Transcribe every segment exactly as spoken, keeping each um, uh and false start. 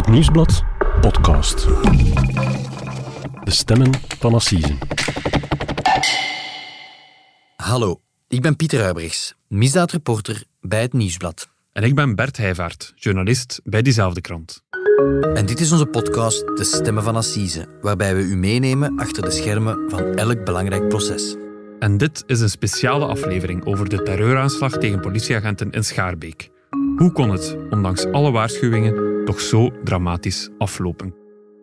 Het Nieuwsblad podcast. De stemmen van Assisen. Hallo, ik ben Pieter Huybrechts, misdaadreporter bij Het Nieuwsblad. En ik ben Bert Heijvaart, journalist bij diezelfde krant. En dit is onze podcast De Stemmen van Assise, waarbij we u meenemen achter de schermen van elk belangrijk proces. En dit is een speciale aflevering over de terreuraanslag tegen politieagenten in Schaarbeek. Hoe kon het, ondanks alle waarschuwingen, toch zo dramatisch aflopen?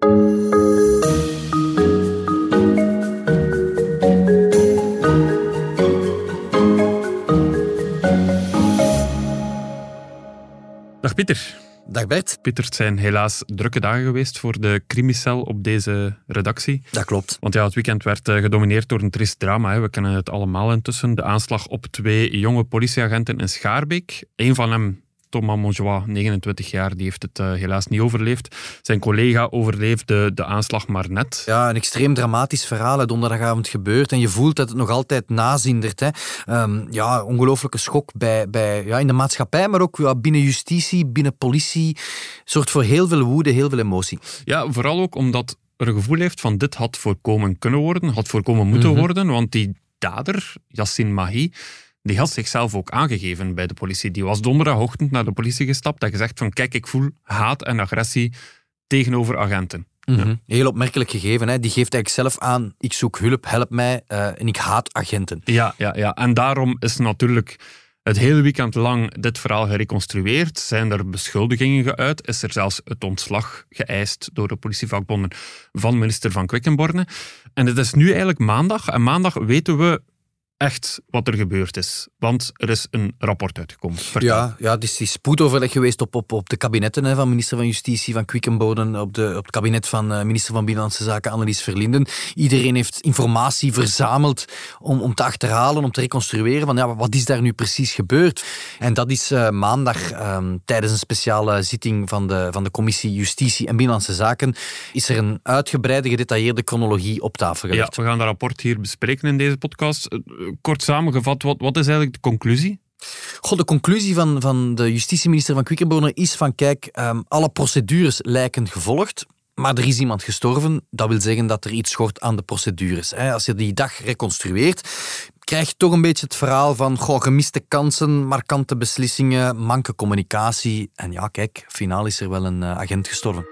Dag Pieter. Dag Bert. Pieter, het zijn helaas drukke dagen geweest voor de crimicel op deze redactie. Dat klopt. Want ja, het weekend werd uh, gedomineerd door een triest drama. Hè. We kennen het allemaal intussen. De aanslag op twee jonge politieagenten in Schaarbeek. Eén van hem, Thomas Monjoie, negenentwintig jaar, die heeft het uh, helaas niet overleefd. Zijn collega overleefde de aanslag maar net. Ja, een extreem dramatisch verhaal. Hè. Donderdagavond gebeurt en je voelt dat het nog altijd nazindert. Hè. Um, ja, ongelooflijke schok bij, bij, ja, in de maatschappij, maar ook ja, binnen justitie, binnen politie. Zorgt voor heel veel woede, heel veel emotie. Ja, vooral ook omdat er een gevoel heeft van dit had voorkomen kunnen worden, had voorkomen moeten Mm-hmm. worden, want die dader, Yassine Mahi, die had zichzelf ook aangegeven bij de politie. Die was donderdagochtend naar de politie gestapt en gezegd van kijk, ik voel haat en agressie tegenover agenten. Mm-hmm. Ja. Heel opmerkelijk gegeven. Hè. Die geeft eigenlijk zelf aan, ik zoek hulp, help mij uh, en ik haat agenten. Ja, ja, ja, en daarom is natuurlijk het hele weekend lang dit verhaal gereconstrueerd. Zijn er beschuldigingen geuit? Is er zelfs het ontslag geëist door de politievakbonden van minister Van Quickenborne? En het is nu eigenlijk maandag. En maandag weten we echt wat er gebeurd is. Want er is een rapport uitgekomen. Vertel. Ja, ja, het is die spoedoverleg geweest op, op, op de kabinetten hè, van minister van Justitie, van Quickenborne, op, de, op het kabinet van uh, minister van Binnenlandse Zaken, Annelies Verlinden. Iedereen heeft informatie verzameld om, om te achterhalen, om te reconstrueren van ja, wat is daar nu precies gebeurd. En dat is uh, maandag um, tijdens een speciale zitting van de, van de commissie Justitie en Binnenlandse Zaken is er een uitgebreide, gedetailleerde chronologie op tafel gelegd. Ja, we gaan dat rapport hier bespreken in deze podcast. Kort samengevat, wat, wat is eigenlijk de conclusie? Goh, de conclusie van, van de justitieminister van Quickenborne is van kijk, um, alle procedures lijken gevolgd, maar er is iemand gestorven. Dat wil zeggen dat er iets schort aan de procedures. Hè. Als je die dag reconstrueert, krijg je toch een beetje het verhaal van goh, gemiste kansen, markante beslissingen, manke communicatie. En ja, kijk, finaal is er wel een uh, agent gestorven.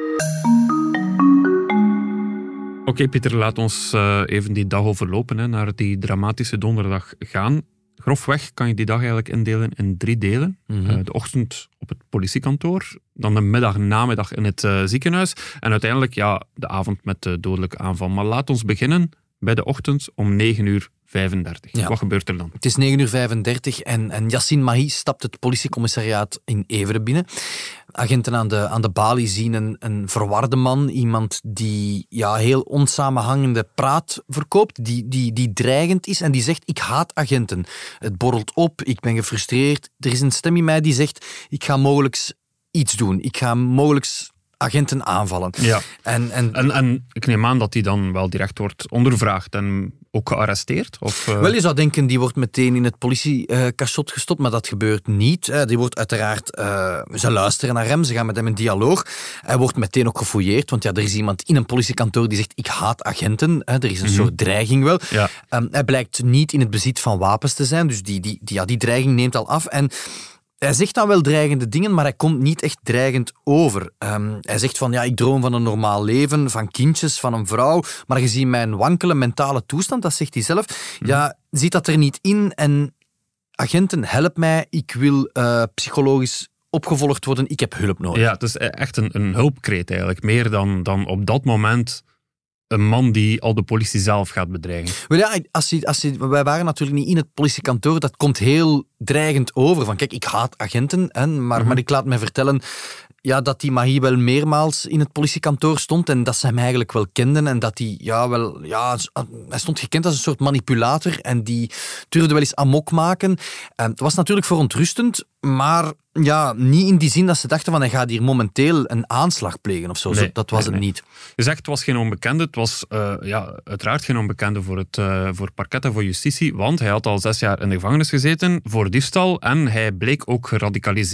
Oké, okay, Pieter, laat ons uh, even die dag overlopen, hè, naar die dramatische donderdag gaan. Grofweg kan je die dag eigenlijk indelen in drie delen. Mm-hmm. Uh, de ochtend op het politiekantoor, dan de middag en namiddag in het uh, ziekenhuis en uiteindelijk ja, de avond met de dodelijke aanval. Maar laat ons beginnen bij de ochtend om negen uur vijfendertig. Ja. Wat gebeurt er dan? Het is negen uur vijfendertig en, en Yassine Mahi stapt het politiecommissariaat in Everen binnen. Agenten aan de, aan de balie zien een, een verwarde man, iemand die ja, heel onsamenhangende praat verkoopt, die, die, die dreigend is en die zegt, ik haat agenten. Het borrelt op, ik ben gefrustreerd. Er is een stem in mij die zegt, ik ga mogelijk iets doen. Ik ga mogelijk agenten aanvallen. Ja. En, en, en, en ik neem aan dat hij dan wel direct wordt ondervraagd en ook gearresteerd? Of, uh... Wel, je zou denken, die wordt meteen in het politiecachot uh, gestopt, maar dat gebeurt niet. Uh, die wordt uiteraard... Uh, ze luisteren naar hem, ze gaan met hem in dialoog. Hij wordt meteen ook gefouilleerd, want ja, er is iemand in een politiekantoor die zegt, ik haat agenten. Uh, er is een mm-hmm. soort dreiging wel. Ja. Um, hij blijkt niet in het bezit van wapens te zijn, dus die, die, die, ja, die dreiging neemt al af. En hij zegt dan wel dreigende dingen, maar hij komt niet echt dreigend over. Um, hij zegt van, ja, ik droom van een normaal leven, van kindjes, van een vrouw, maar gezien mijn wankele mentale toestand, dat zegt hij zelf, mm. ja, zit dat er niet in en agenten, help mij, ik wil uh, psychologisch opgevolgd worden, ik heb hulp nodig. Ja, het is echt een, een hulpkreet eigenlijk, meer dan, dan op dat moment een man die al de politie zelf gaat bedreigen. Wel ja, als je, als je, wij waren natuurlijk niet in het politiekantoor. Dat komt heel dreigend over. Van kijk, ik haat agenten, hè, maar, mm-hmm. maar ik laat me vertellen ja, dat die Mahi wel meermaals in het politiekantoor stond en dat ze hem eigenlijk wel kenden en dat hij ja, wel, ja, hij stond gekend als een soort manipulator en die durfde wel eens amok maken. En het was natuurlijk verontrustend, maar ja, niet in die zin dat ze dachten van hij gaat hier momenteel een aanslag plegen of zo. Nee, dat was nee, het nee. niet. Je zegt het was geen onbekende. Het was uh, ja, uiteraard geen onbekende voor het uh, voor parket en voor justitie, want hij had al zes jaar in de gevangenis gezeten voor diefstal en hij bleek ook geradicaliseerd.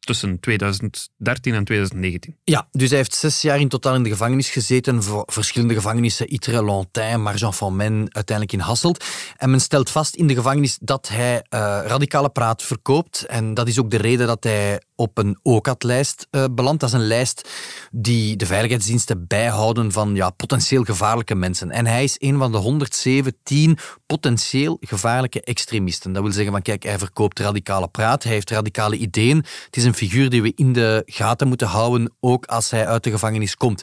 tussen tweeduizend dertien en tweeduizend negentien. Ja, dus hij heeft zes jaar in totaal in de gevangenis gezeten voor verschillende gevangenissen, Ytre, Lantin, Marjan-van-Men, uiteindelijk in Hasselt. En men stelt vast in de gevangenis dat hij uh, radicale praat verkoopt. En dat is ook de reden dat hij op een O C A D-lijst uh, belandt. Dat is een lijst die de veiligheidsdiensten bijhouden van ja, potentieel gevaarlijke mensen. En hij is een van de honderdzeventien potentieel gevaarlijke extremisten. Dat wil zeggen van kijk, hij verkoopt radicale praat, hij heeft radicale ideeën. Het is een figuur die we in de gaten moeten houden, ook als hij uit de gevangenis komt.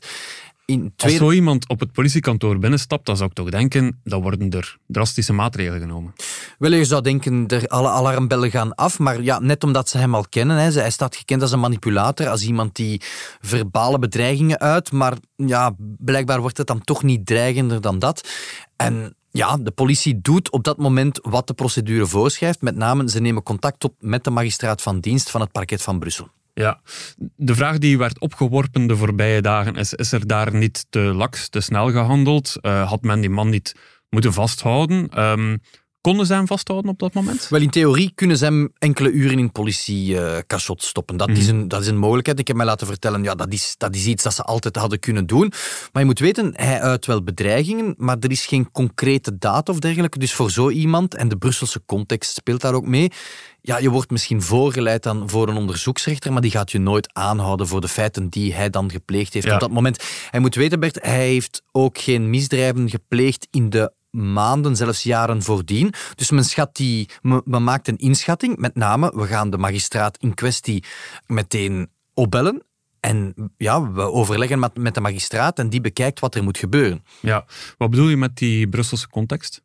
In tweede... Als zo iemand op het politiekantoor binnenstapt, dan zou ik toch denken, dan worden er drastische maatregelen genomen. Wel, je zou denken, er alle alarmbellen gaan af, maar ja, net omdat ze hem al kennen, hè, hij staat gekend als een manipulator, als iemand die verbale bedreigingen uit, maar ja, blijkbaar wordt het dan toch niet dreigender dan dat. En ja, de politie doet op dat moment wat de procedure voorschrijft, met name ze nemen contact op met de magistraat van dienst van het parket van Brussel. Ja, de vraag die werd opgeworpen de voorbije dagen is, is er daar niet te laks, te snel gehandeld? Uh, had men die man niet moeten vasthouden? Um, konden ze hem vasthouden op dat moment? Wel, in theorie kunnen ze hem enkele uren in politiecachot uh, stoppen. Dat, mm. is een, dat is een mogelijkheid. Ik heb mij laten vertellen, ja, dat is, dat is iets dat ze altijd hadden kunnen doen. Maar je moet weten, hij uit wel bedreigingen, maar er is geen concrete daad of dergelijke. Dus voor zo iemand, en de Brusselse context speelt daar ook mee, ja, je wordt misschien voorgeleid dan voor een onderzoeksrechter, maar die gaat je nooit aanhouden voor de feiten die hij dan gepleegd heeft ja. op dat moment. Hij moet weten, Bert, hij heeft ook geen misdrijven gepleegd in de maanden, zelfs jaren voordien. Dus men, schat die, men maakt een inschatting, met name, we gaan de magistraat in kwestie meteen opbellen. En ja, we overleggen met, met de magistraat en die bekijkt wat er moet gebeuren. Ja, wat bedoel je met die Brusselse context?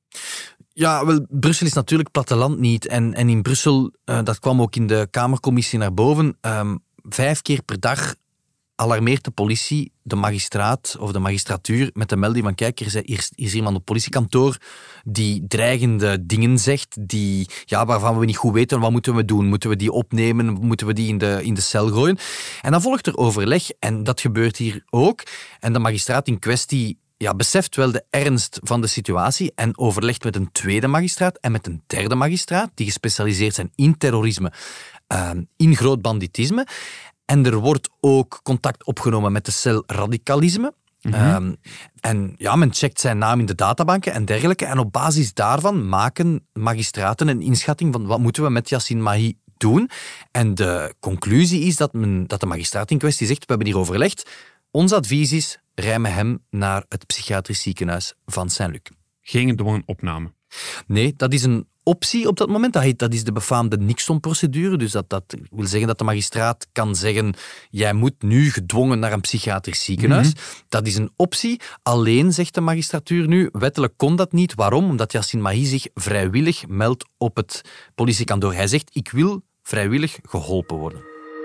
Ja, wel, Brussel is natuurlijk platteland niet. En, en in Brussel, uh, dat kwam ook in de Kamercommissie naar boven, um, vijf keer per dag alarmeert de politie de magistraat of de magistratuur met de melding van kijk, er is, hier is iemand op het politiekantoor die dreigende dingen zegt, die, ja, waarvan we niet goed weten wat moeten we doen. Moeten we die opnemen? Moeten we die in de, in de cel gooien? En dan volgt er overleg en dat gebeurt hier ook. En de magistraat in kwestie ja, beseft wel de ernst van de situatie en overlegt met een tweede magistraat en met een derde magistraat die gespecialiseerd zijn in terrorisme, uh, in groot banditisme. En er wordt ook contact opgenomen met de cel radicalisme. Mm-hmm. Um, en ja, men checkt zijn naam in de databanken en dergelijke. En op basis daarvan maken magistraten een inschatting van wat moeten we met Yassine Mahi doen. En de conclusie is dat, men, dat de magistraat in kwestie zegt, we hebben hier overlegd, ons advies is, rijmen hem naar het psychiatrisch ziekenhuis van Saint-Luc. Geen gedwongen opname? Nee, dat is een optie op dat moment. Dat, heet, dat is de befaamde Nixon-procedure. Dus dat, dat wil zeggen dat de magistraat kan zeggen jij moet nu gedwongen naar een psychiatrisch ziekenhuis. Mm-hmm. Dat is een optie. Alleen, zegt de magistratuur nu, wettelijk kon dat niet. Waarom? Omdat Yassine Mahi zich vrijwillig meldt op het politiekantoor. Hij zegt, ik wil vrijwillig geholpen worden.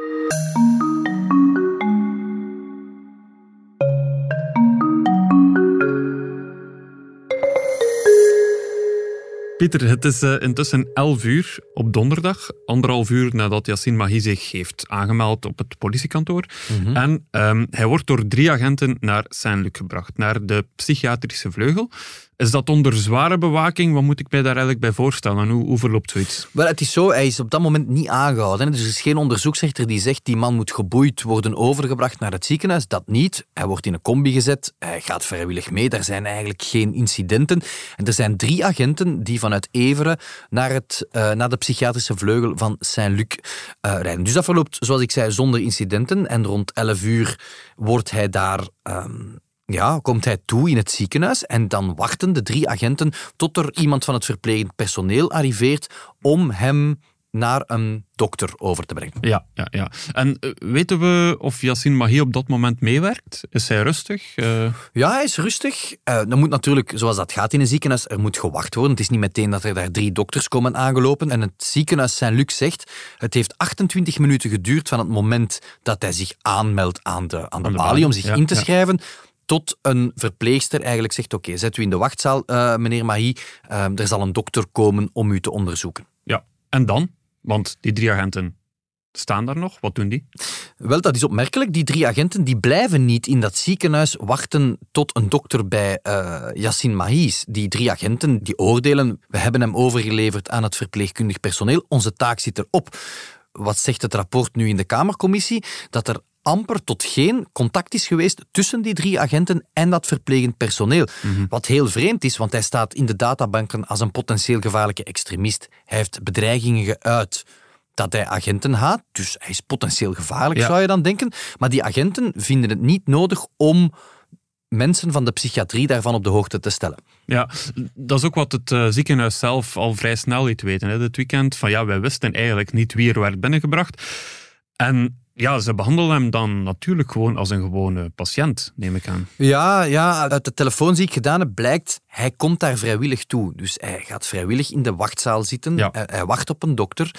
Pieter, het is uh, intussen elf uur op donderdag, anderhalf uur nadat Yassine Mahi zich heeft aangemeld op het politiekantoor. Mm-hmm. En um, hij wordt door drie agenten naar Saint-Luc gebracht, naar de psychiatrische vleugel. Is dat onder zware bewaking? Wat moet ik mij daar eigenlijk bij voorstellen? Hoe, hoe verloopt zoiets? Wel, het is zo, hij is op dat moment niet aangehouden. Hè. Dus er is geen onderzoeksrechter die zegt die man moet geboeid worden overgebracht naar het ziekenhuis. Dat niet. Hij wordt in een combi gezet. Hij gaat vrijwillig mee. Daar zijn eigenlijk geen incidenten. En er zijn drie agenten die vanuit Evere naar, het, uh, naar de psychiatrische vleugel van Saint-Luc uh, rijden. Dus dat verloopt, zoals ik zei, zonder incidenten. En rond elf uur wordt hij daar... Um, Ja, komt hij toe in het ziekenhuis en dan wachten de drie agenten tot er iemand van het verplegend personeel arriveert om hem naar een dokter over te brengen. Ja, ja, ja. En uh, weten we of Yassine Mahi op dat moment meewerkt? Is hij rustig? Uh... Ja, hij is rustig. Uh, dan moet natuurlijk, zoals dat gaat in een ziekenhuis, er moet gewacht worden. Het is niet meteen dat er daar drie dokters komen aangelopen. En het ziekenhuis Saint-Luc zegt, het heeft achtentwintig minuten geduurd van het moment dat hij zich aanmeldt aan de, aan de, aan de balie om zich ja, in te ja. schrijven, tot een verpleegster eigenlijk zegt, oké, okay, zet u in de wachtzaal, uh, meneer Mahi, uh, er zal een dokter komen om u te onderzoeken. Ja, en dan? Want die drie agenten staan daar nog. Wat doen die? Wel, dat is opmerkelijk. Die drie agenten die blijven niet in dat ziekenhuis wachten tot een dokter bij uh, Yassine Mahi is. Die drie agenten die oordelen, we hebben hem overgeleverd aan het verpleegkundig personeel, onze taak zit erop. wat zegt het rapport nu in de Kamercommissie? Dat er amper tot geen contact is geweest tussen die drie agenten en dat verplegend personeel. Mm-hmm. Wat heel vreemd is, want hij staat in de databanken als een potentieel gevaarlijke extremist. Hij heeft bedreigingen geuit dat hij agenten haat, dus hij is potentieel gevaarlijk, ja. zou je dan denken. Maar die agenten vinden het niet nodig om mensen van de psychiatrie daarvan op de hoogte te stellen. Ja, dat is ook wat het uh, ziekenhuis zelf al vrij snel liet weten, hè, dit weekend. Van ja, wij wisten eigenlijk niet wie er werd binnengebracht. En ja, ze behandelen hem dan natuurlijk gewoon als een gewone patiënt, neem ik aan. Ja, ja, uit de telefoon zie ik gedaan, blijkt, hij komt daar vrijwillig toe. Dus hij gaat vrijwillig in de wachtzaal zitten, ja. hij, hij wacht op een dokter.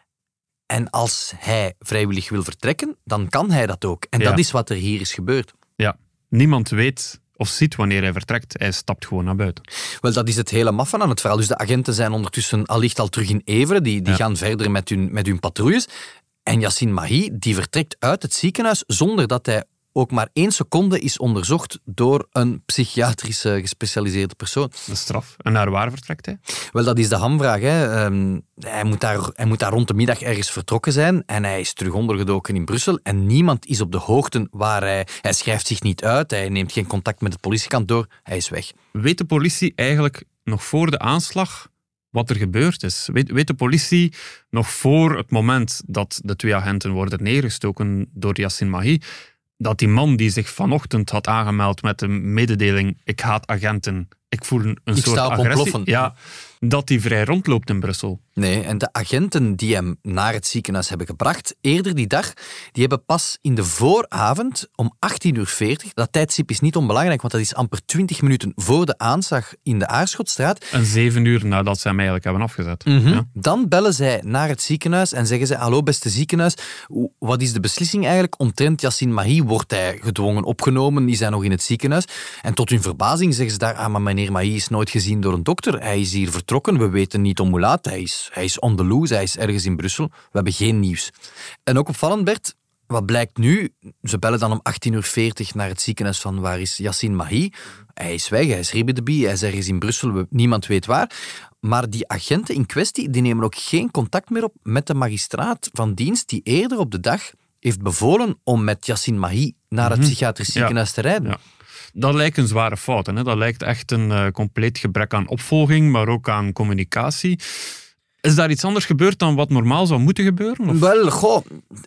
En als hij vrijwillig wil vertrekken, dan kan hij dat ook. En ja. dat is wat er hier is gebeurd. Ja, niemand weet of ziet wanneer hij vertrekt. Hij stapt gewoon naar buiten. Wel, dat is het hele maffe aan het verhaal. Dus de agenten zijn ondertussen allicht al terug in Everen. Die, die ja. gaan verder met hun, met hun patrouilles. En Yassine Mahi, die vertrekt uit het ziekenhuis zonder dat hij ook maar één seconde is onderzocht door een psychiatrisch gespecialiseerde persoon. Dat is straf. En naar waar vertrekt hij? Wel, dat is de hamvraag. Hè. Um, hij, moet daar, hij moet daar rond de middag ergens vertrokken zijn en hij is terug ondergedoken in Brussel en niemand is op de hoogte waar hij... Hij schrijft zich niet uit, hij neemt geen contact met het politiekantoor, hij is weg. Weet de politie eigenlijk nog voor de aanslag wat er gebeurd is? Weet, weet de politie nog voor het moment dat de twee agenten worden neergestoken door Yassine Mahi, dat die man die zich vanochtend had aangemeld met de mededeling ik haat agenten, ik voel een, een ik soort sta op agressie, ontploffen. Ja, dat die vrij rondloopt in Brussel. Nee, en de agenten die hem naar het ziekenhuis hebben gebracht, eerder die dag, die hebben pas in de vooravond om achttien uur veertig, dat tijdstip is niet onbelangrijk, want dat is amper twintig minuten voor de aanslag in de Aarschotstraat. En zeven uur nadat ze hem eigenlijk hebben afgezet. Mm-hmm. Ja. Dan bellen zij naar het ziekenhuis en zeggen ze, hallo beste ziekenhuis, wat is de beslissing eigenlijk? Omtrent Yassine Mahi, wordt hij gedwongen opgenomen, is hij nog in het ziekenhuis? En tot hun verbazing zeggen ze daar, ah, maar meneer Mahi is nooit gezien door een dokter, hij is hier vertrokken, we weten niet om hoe laat, hij is Hij is on the loose, hij is ergens in Brussel. We hebben geen nieuws. En ook opvallend, Bert, wat blijkt nu? Ze bellen dan om achttien uur veertig naar het ziekenhuis van waar is Yassine Mahi? Hij is weg, hij is Ribedeby, hij is ergens in Brussel, we, niemand weet waar. Maar die agenten in kwestie die nemen ook geen contact meer op met de magistraat van dienst die eerder op de dag heeft bevolen om met Yassine Mahi naar het mm-hmm. psychiatrisch ziekenhuis ja. te rijden. Ja. Dat lijkt een zware fout. Hè? Dat lijkt echt een uh, compleet gebrek aan opvolging, maar ook aan communicatie. Is daar iets anders gebeurd dan wat normaal zou moeten gebeuren? Of? Wel, goh,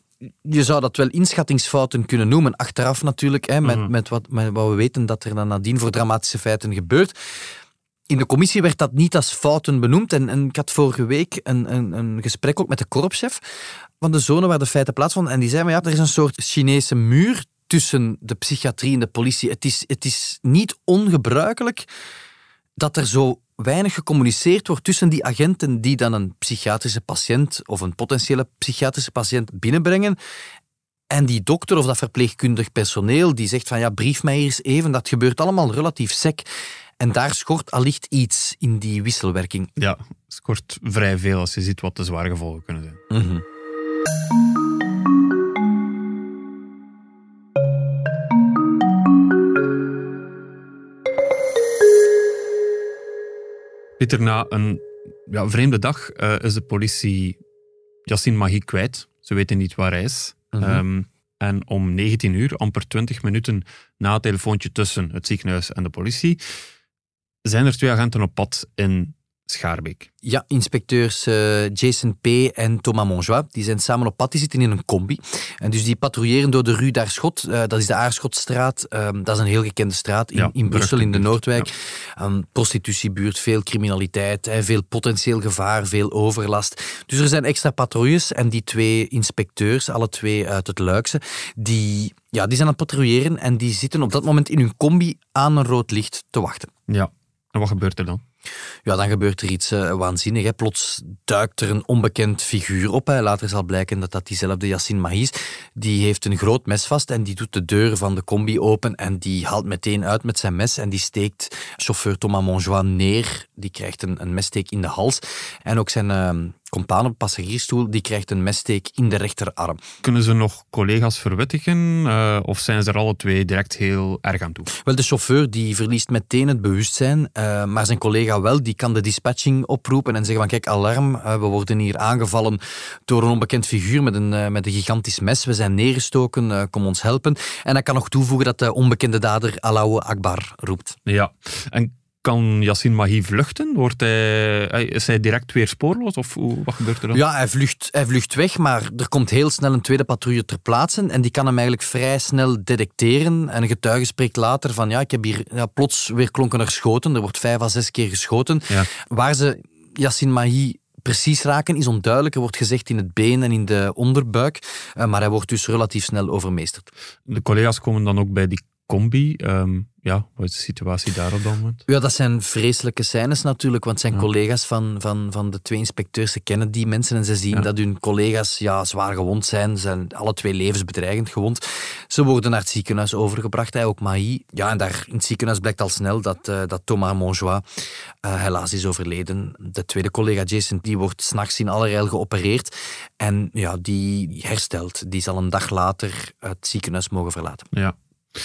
je zou dat wel inschattingsfouten kunnen noemen. Achteraf natuurlijk, hè, met, mm-hmm. met, wat, met wat we weten dat er dan nadien voor dramatische feiten gebeurt. In de commissie werd dat niet als fouten benoemd. En, en ik had vorige week een, een, een gesprek ook met de korpschef van de zone waar de feiten plaatsvonden. En die zei, maar ja, er is een soort Chinese muur tussen de psychiatrie en de politie. Het is, het is niet ongebruikelijk dat er zo weinig gecommuniceerd wordt tussen die agenten die dan een psychiatrische patiënt of een potentiële psychiatrische patiënt binnenbrengen en die dokter of dat verpleegkundig personeel die zegt van ja, brief mij eens even. Dat gebeurt allemaal relatief sec. En daar schort allicht iets in die wisselwerking. Ja, schort vrij veel als je ziet wat de zware gevolgen kunnen zijn. Mm-hmm. Pieter, na een ja, vreemde dag uh, is de politie Yassine Mahi kwijt. Ze weten niet waar hij is. Mm-hmm. Um, en om negentien uur, amper twintig minuten na het telefoontje tussen het ziekenhuis en de politie, zijn er twee agenten op pad in Schaarbeek. Ja, inspecteurs uh, Jason P. en Thomas Monjoie, die zijn samen op pad, die zitten in een combi. En dus die patrouilleren door de Rue d'Aarschot, uh, dat is de Aarschotstraat, um, dat is een heel gekende straat in, ja, in Brussel, in de Noordwijk. Ja. Um, prostitutiebuurt, veel criminaliteit, hè, veel potentieel gevaar, veel overlast. Dus er zijn extra patrouilles en die twee inspecteurs, alle twee uit het Luikse, die, ja, die zijn aan het patrouilleren en die zitten op dat moment in hun combi aan een rood licht te wachten. Ja, en wat gebeurt er dan? Ja, dan gebeurt er iets uh, waanzinnigs. Hè. Plots duikt er een onbekend figuur op. Hè. Later zal blijken dat dat diezelfde Yassine Mahi is. Die heeft een groot mes vast en die doet de deur van de combi open en die haalt meteen uit met zijn mes en die steekt chauffeur Thomas Monjoie neer. Die krijgt een, een messteek in de hals. En ook zijn, uh, compaan op de passagiersstoel, die krijgt een messteek in de rechterarm. Kunnen ze nog collega's verwittigen uh, of zijn ze er alle twee direct heel erg aan toe? Wel, de chauffeur die verliest meteen het bewustzijn, uh, maar zijn collega wel, die kan de dispatching oproepen en zeggen van kijk, alarm, uh, we worden hier aangevallen door een onbekend figuur met een, uh, met een gigantisch mes, we zijn neergestoken, uh, kom ons helpen. En hij kan nog toevoegen dat de onbekende dader Allahu Akbar roept. Ja, en kan Yassine Mahi vluchten? Wordt hij, is hij direct weer spoorloos? Of wat gebeurt er dan? Ja, hij vlucht, hij vlucht weg, maar er komt heel snel een tweede patrouille ter plaatse en die kan hem eigenlijk vrij snel detecteren. En een getuige spreekt later van, ja, ik heb hier ja, plots weer klonken er schoten. Er wordt vijf à zes keer geschoten. Ja. Waar ze Yassine Mahi precies raken is onduidelijk. Er wordt gezegd in het been en in de onderbuik, maar hij wordt dus relatief snel overmeesterd. De collega's komen dan ook bij die combi. Um, ja, wat is de situatie daar op dat moment? Ja, dat zijn vreselijke scènes natuurlijk, want zijn ja. collega's van, van, van de twee inspecteurs, ze kennen die mensen en ze zien ja. dat hun collega's ja, zwaar gewond zijn. Ze zijn alle twee levensbedreigend gewond. Ze worden naar het ziekenhuis overgebracht, hij ook Mahi. Ja, en daar in het ziekenhuis blijkt al snel dat, uh, dat Thomas Montjoie uh, helaas is overleden. De tweede collega Jason, die wordt 's nachts in allerijl geopereerd en ja, die herstelt. Die zal een dag later het ziekenhuis mogen verlaten. Ja.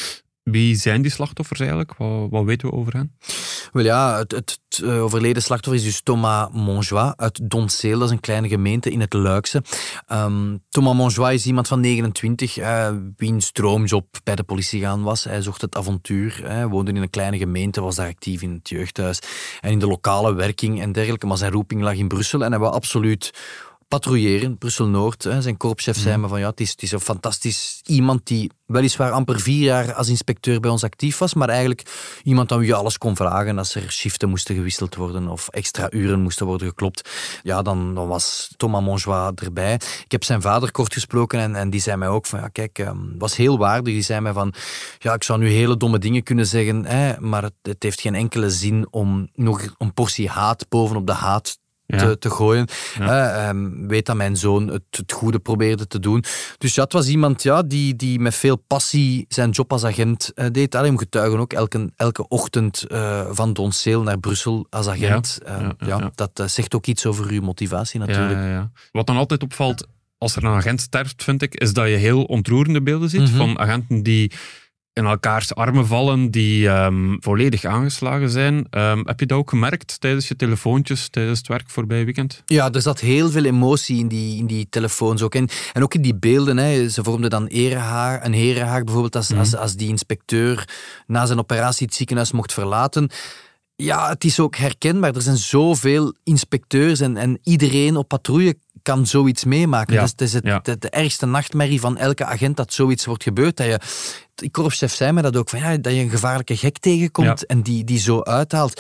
Wie zijn die slachtoffers eigenlijk? Wat, wat weten we over hen? Wel ja, het, het, het overleden slachtoffer is dus Thomas Montjoie uit Donceel. Dat is een kleine gemeente in het Luikse. Um, Thomas Montjoie is iemand van negenentwintig, uh, wiens droomjob bij de politie gaan was. Hij zocht het avontuur, hij woonde in een kleine gemeente, was daar actief in het jeugdhuis en in de lokale werking en dergelijke. Maar zijn roeping lag in Brussel en hij wou absoluut patrouilleren, Brussel-Noord. Zijn korpschef zei me van ja, het is, het is een fantastisch iemand die weliswaar amper vier jaar als inspecteur bij ons actief was, maar eigenlijk iemand aan wie je alles kon vragen als er shiften moesten gewisseld worden of extra uren moesten worden geklopt. Ja, dan, dan was Thomas Montjoie erbij. Ik heb zijn vader kort gesproken en, en die zei mij ook van ja, kijk, het um, was heel waardig. Die zei mij van ja, ik zou nu hele domme dingen kunnen zeggen, hè, maar het, het heeft geen enkele zin om nog een portie haat bovenop de haat Ja. Te, te gooien. Ja. Uh, um, weet dat mijn zoon het, het goede probeerde te doen. Dus ja, het was iemand ja, die, die met veel passie zijn job als agent uh, deed. Allee, om getuigen ook elke, elke ochtend uh, van Donceel naar Brussel als agent. Ja. Uh, ja, ja, ja. Dat uh, zegt ook iets over uw motivatie natuurlijk. Ja, ja, ja. Wat dan altijd opvalt als er een agent sterft, vind ik, is dat je heel ontroerende beelden ziet mm-hmm. van agenten die in elkaars armen vallen, die um, volledig aangeslagen zijn. Um, heb je dat ook gemerkt tijdens je telefoontjes, tijdens het werk voorbij weekend? Ja, er zat heel veel emotie in die, in die telefoons ook. En, en ook in die beelden. Hè. Ze vormden dan erehaag, een herenhaag bijvoorbeeld, als, mm. als, als die inspecteur na zijn operatie het ziekenhuis mocht verlaten. Ja, het is ook herkenbaar. Er zijn zoveel inspecteurs en, en iedereen op patrouille kan zoiets meemaken. Ja. Dus het is het, ja. de, de ergste nachtmerrie van elke agent dat zoiets wordt gebeurd. Dat je, de korpschef zei me dat ook, van, ja, dat je een gevaarlijke gek tegenkomt ja. en die, die zo uithaalt.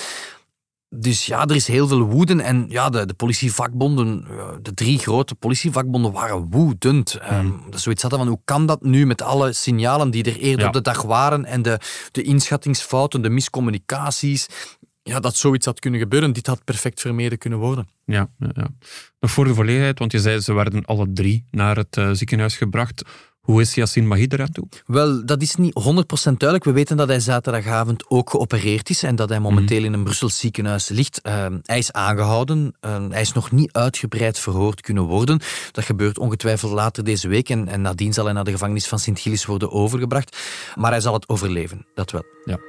Dus ja, er is heel veel woede. En ja, de, de politievakbonden, de drie grote politievakbonden waren woedend. Mm. Um, zoiets hadden van, hoe kan dat nu met alle signalen die er eerder ja. op de dag waren en de, de inschattingsfouten, de miscommunicaties, ja, dat zoiets had kunnen gebeuren. Dit had perfect vermeden kunnen worden. Ja, ja, ja. Nog voor de volledigheid, want je zei ze werden alle drie naar het uh, ziekenhuis gebracht. Hoe is Yassine Mahi eraan toe? Wel, dat is niet honderd procent duidelijk. We weten dat hij zaterdagavond ook geopereerd is en dat hij momenteel in een Brussels ziekenhuis ligt. Uh, hij is aangehouden. Uh, hij is nog niet uitgebreid verhoord kunnen worden. Dat gebeurt ongetwijfeld later deze week en, en nadien zal hij naar de gevangenis van Sint-Gilles worden overgebracht. Maar hij zal het overleven, dat wel. Ja.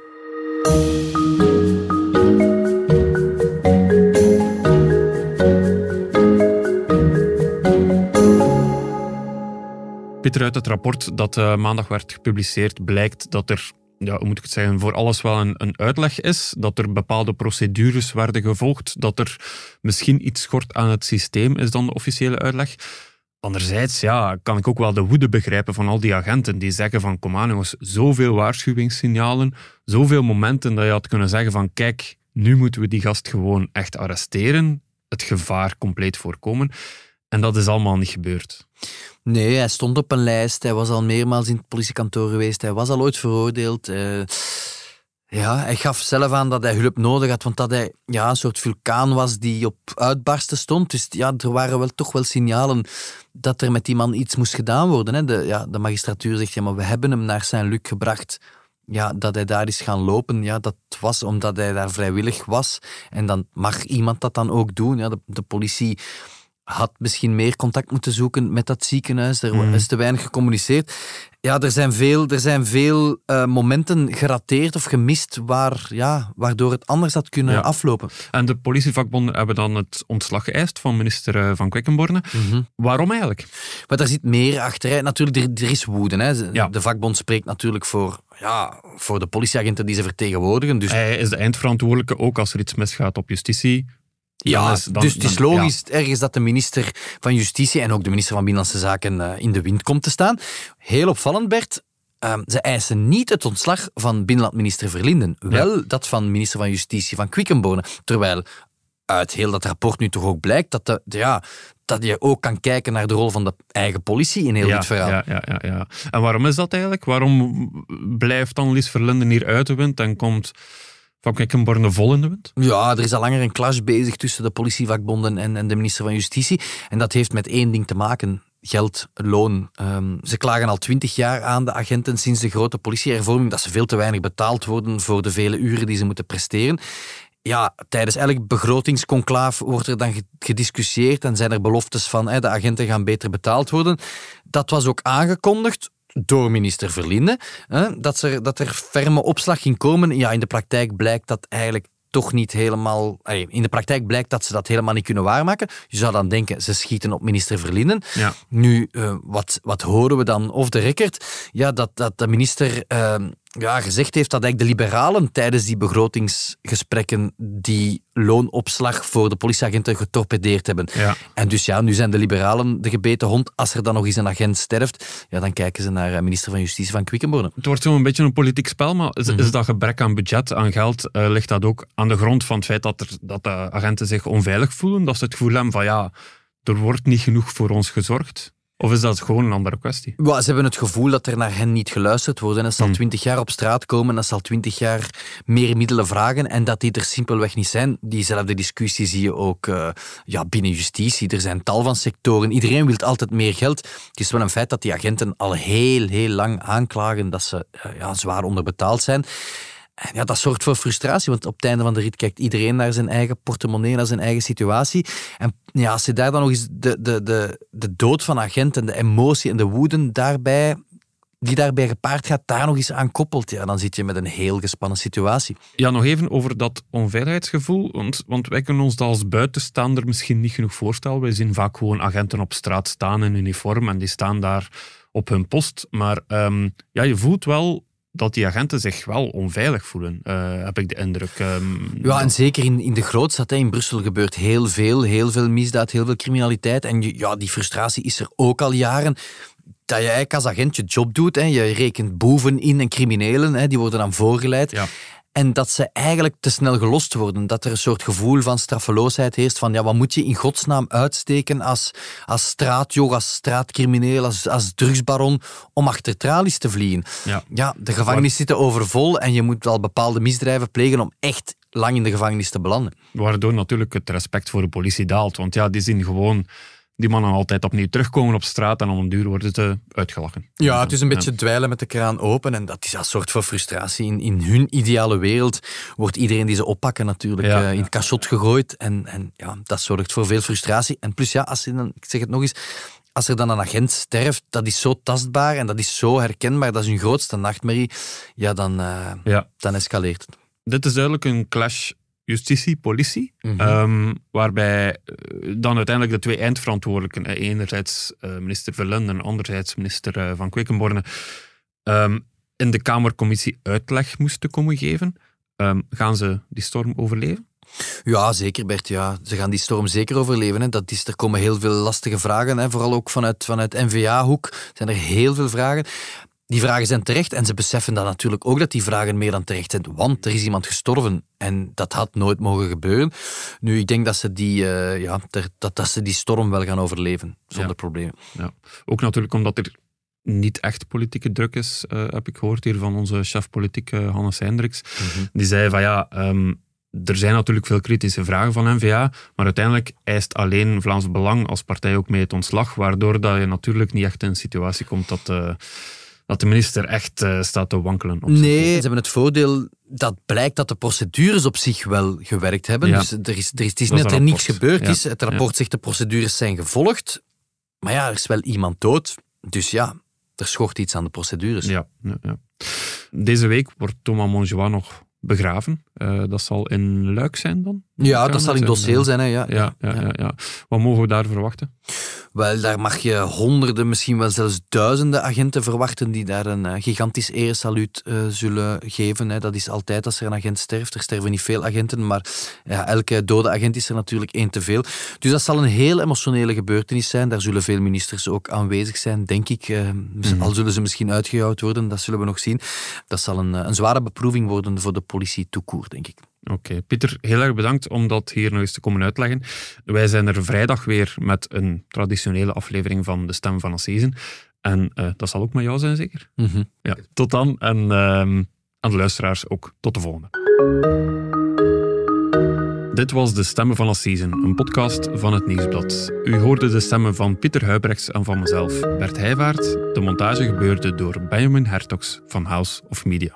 Pieter, uit het rapport dat uh, maandag werd gepubliceerd blijkt dat er, ja, hoe moet ik het zeggen, voor alles wel een, een uitleg is, dat er bepaalde procedures werden gevolgd, dat er misschien iets schort aan het systeem, is dan de officiële uitleg. Anderzijds ja, kan ik ook wel de woede begrijpen van al die agenten die zeggen van kom aan jongens, zoveel waarschuwingssignalen, zoveel momenten dat je had kunnen zeggen van kijk, nu moeten we die gast gewoon echt arresteren, het gevaar compleet voorkomen. En dat is allemaal niet gebeurd. Nee, hij stond op een lijst. Hij was al meermaals in het politiekantoor geweest. Hij was al ooit veroordeeld. Uh, ja, hij gaf zelf aan dat hij hulp nodig had, want dat hij ja, een soort vulkaan was die op uitbarsten stond. Dus ja, er waren wel toch wel signalen dat er met die man iets moest gedaan worden. Hè. De, ja, de magistratuur zegt, ja, maar we hebben hem naar Saint-Luc gebracht. Ja, dat hij daar is gaan lopen, ja, dat was omdat hij daar vrijwillig was. En dan mag iemand dat dan ook doen. Ja, de, de politie had misschien meer contact moeten zoeken met dat ziekenhuis. Er mm. is te weinig gecommuniceerd. Ja, er zijn veel, er zijn veel uh, momenten gerateerd of gemist waar, ja, waardoor het anders had kunnen ja. aflopen. En de politievakbonden hebben dan het ontslag geëist van minister Van Quickenborne. Mm-hmm. Waarom eigenlijk? Maar daar zit meer achter. Hè. Natuurlijk, er, er is woede. Hè. Ja. De vakbond spreekt natuurlijk voor, ja, voor de politieagenten die ze vertegenwoordigen. Dus... Hij is de eindverantwoordelijke, ook als er iets misgaat op justitie. Ja, is, dan, dus het is dan, logisch ja. ergens dat de minister van Justitie en ook de minister van Binnenlandse Zaken uh, in de wind komt te staan. Heel opvallend, Bert. Uh, ze eisen niet het ontslag van binnenlandminister Verlinden. Wel ja. dat van minister van Justitie van Quickenborne. Terwijl uit heel dat rapport nu toch ook blijkt dat, de, de, ja, dat je ook kan kijken naar de rol van de eigen politie in heel ja, dit verhaal. Ja, ja, ja, ja. En waarom is dat eigenlijk? Waarom blijft Annelies Verlinden hier uit de wind en komt Van Quickenborne vol in de wind? Ja, er is al langer een clash bezig tussen de politievakbonden en, en de minister van Justitie. En dat heeft met één ding te maken. Geld, loon. Um, ze klagen al twintig jaar aan de agenten sinds de grote politiehervorming dat ze veel te weinig betaald worden voor de vele uren die ze moeten presteren. Ja, tijdens elk begrotingsconclaaf wordt er dan gediscussieerd en zijn er beloftes van hè, de agenten gaan beter betaald worden. Dat was ook aangekondigd door minister Verlinden, hè, dat, er, dat er ferme opslag ging komen. Ja, in de praktijk blijkt dat eigenlijk toch niet helemaal... In de praktijk blijkt dat ze dat helemaal niet kunnen waarmaken. Je zou dan denken, ze schieten op minister Verlinden. Ja. Nu, uh, wat, wat horen we dan off the record? Ja, dat, dat de minister uh, ja, gezegd heeft dat eigenlijk de liberalen tijdens die begrotingsgesprekken die loonopslag voor de politieagenten getorpedeerd hebben. Ja. En dus ja, nu zijn de liberalen de gebeten hond. Als er dan nog eens een agent sterft, ja, dan kijken ze naar minister van Justitie van Quickenborne. Het wordt zo'n beetje een politiek spel, maar is, mm-hmm. is dat gebrek aan budget, aan geld, uh, ligt dat ook aan de grond van het feit dat, er, dat de agenten zich onveilig voelen? Dat ze het gevoel hebben van ja, er wordt niet genoeg voor ons gezorgd? Of is dat gewoon een andere kwestie? Well, ze hebben het gevoel dat er naar hen niet geluisterd wordt. En het zal twintig jaar op straat komen, dat zal twintig jaar meer middelen vragen en dat die er simpelweg niet zijn. Diezelfde discussie zie je ook uh, ja, binnen justitie. Er zijn tal van sectoren. Iedereen wil altijd meer geld. Het is wel een feit dat die agenten al heel, heel lang aanklagen dat ze uh, ja, zwaar onderbetaald zijn. En ja, dat zorgt voor frustratie, want op het einde van de rit kijkt iedereen naar zijn eigen portemonnee, naar zijn eigen situatie. En ja, als je daar dan nog eens de, de, de, de dood van agenten, de emotie en de woede daarbij, die daarbij gepaard gaat, daar nog eens aan koppelt, ja, dan zit je met een heel gespannen situatie. Ja, nog even over dat onveiligheidsgevoel, want, want wij kunnen ons dat als buitenstaander misschien niet genoeg voorstellen. Wij zien vaak gewoon agenten op straat staan in uniform en die staan daar op hun post. Maar um, ja, je voelt wel dat die agenten zich wel onveilig voelen, uh, heb ik de indruk. Um, ja, en zeker in, in de grootstad, hè, in Brussel gebeurt heel veel, heel veel misdaad, heel veel criminaliteit. En je, ja, die frustratie is er ook al jaren. Dat je eigenlijk als agent je job doet, hè, je rekent boeven in en criminelen, hè, die worden dan voorgeleid. Ja. En dat ze eigenlijk te snel gelost worden. Dat er een soort gevoel van straffeloosheid heerst. Van ja, wat moet je in godsnaam uitsteken als, als straatjoch, als straatcrimineel, als, als drugsbaron, om achter tralies te vliegen. Ja, ja de gevangenis zitten overvol en je moet al bepaalde misdrijven plegen om echt lang in de gevangenis te belanden. Waardoor natuurlijk het respect voor de politie daalt. Want ja, die zien gewoon die mannen altijd opnieuw terugkomen op straat en om een duur worden ze uitgelachen. Ja, het is een beetje dweilen met de kraan open en dat is een soort van frustratie. In, in hun ideale wereld wordt iedereen die ze oppakken natuurlijk ja, uh, in het cachot gegooid en, en ja, dat zorgt voor veel frustratie. En plus ja, als je dan, ik zeg het nog eens, als er dan een agent sterft, dat is zo tastbaar en dat is zo herkenbaar, dat is hun grootste nachtmerrie, ja, dan, uh, ja. dan escaleert het. Dit is duidelijk een clash justitie, politie, mm-hmm. um, waarbij dan uiteindelijk de twee eindverantwoordelijken, enerzijds uh, minister Verlinden en anderzijds minister uh, Van Quickenborne, um, in de Kamercommissie uitleg moesten komen geven. Um, gaan ze die storm overleven? Ja, zeker Bert. Ja. Ze gaan die storm zeker overleven. Hè. Dat is, er komen heel veel lastige vragen, hè. Vooral ook vanuit, vanuit N V A-hoek zijn er heel veel vragen. Die vragen zijn terecht en ze beseffen dan natuurlijk ook dat die vragen meer dan terecht zijn, want er is iemand gestorven en dat had nooit mogen gebeuren. Nu, ik denk dat ze die, uh, ja, dat, dat ze die storm wel gaan overleven, zonder ja. problemen. Ja. Ook natuurlijk omdat er niet echt politieke druk is, uh, heb ik gehoord hier van onze chef politiek, uh, Hannes Hendricks. Mm-hmm. Die zei van ja, um, er zijn natuurlijk veel kritische vragen van N V A, maar uiteindelijk eist alleen Vlaams Belang als partij ook mee het ontslag, waardoor dat je natuurlijk niet echt in een situatie komt dat... Uh, dat de minister echt uh, staat te wankelen. Op nee, ze hebben het voordeel dat blijkt dat de procedures op zich wel gewerkt hebben. Ja. Dus er is, er is, het is niet dat er niets gebeurd ja. is. Het rapport ja. zegt de procedures zijn gevolgd. Maar ja, er is wel iemand dood. Dus ja, er schort iets aan de procedures. Ja, ja, ja. Deze week wordt Thomas Montjoie nog begraven. Uh, dat zal in Luik zijn dan? Ja, dat zal in Dosseel zijn. Hè? Ja, ja, ja, ja, ja. Wat mogen we daar verwachten? Wel, daar mag je honderden, misschien wel zelfs duizenden agenten verwachten die daar een uh, gigantisch eresaluut uh, zullen geven. Hè. Dat is altijd als er een agent sterft. Er sterven niet veel agenten, maar ja, elke dode agent is er natuurlijk één te veel. Dus dat zal een heel emotionele gebeurtenis zijn. Daar zullen veel ministers ook aanwezig zijn, denk ik. Uh, mm-hmm. Al zullen ze misschien uitgejouwd worden, dat zullen we nog zien. Dat zal een, een zware beproeving worden voor de politie tout court, denk ik. Oké, okay. Pieter, heel erg bedankt om dat hier nog eens te komen uitleggen. Wij zijn er vrijdag weer met een traditionele aflevering van De Stem van Assisen. En uh, dat zal ook met jou zijn, zeker? Mm-hmm. Ja, tot dan. En uh, aan de luisteraars ook tot de volgende. Dit was De Stemmen van Assisen, een podcast van het Nieuwsblad. U hoorde de stemmen van Pieter Huybrechts en van mezelf, Bert Heijvaart. De montage gebeurde door Benjamin Hertogs van House of Media.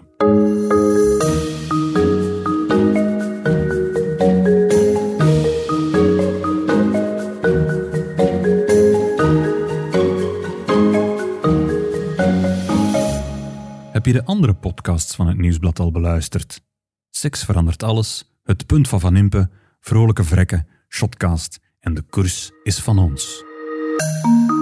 Heb je de andere podcasts van het Nieuwsblad al beluisterd? Seks verandert alles, Het Punt van Van Impe, Vrolijke Vrekken, Shotcast en De Koers is van ons.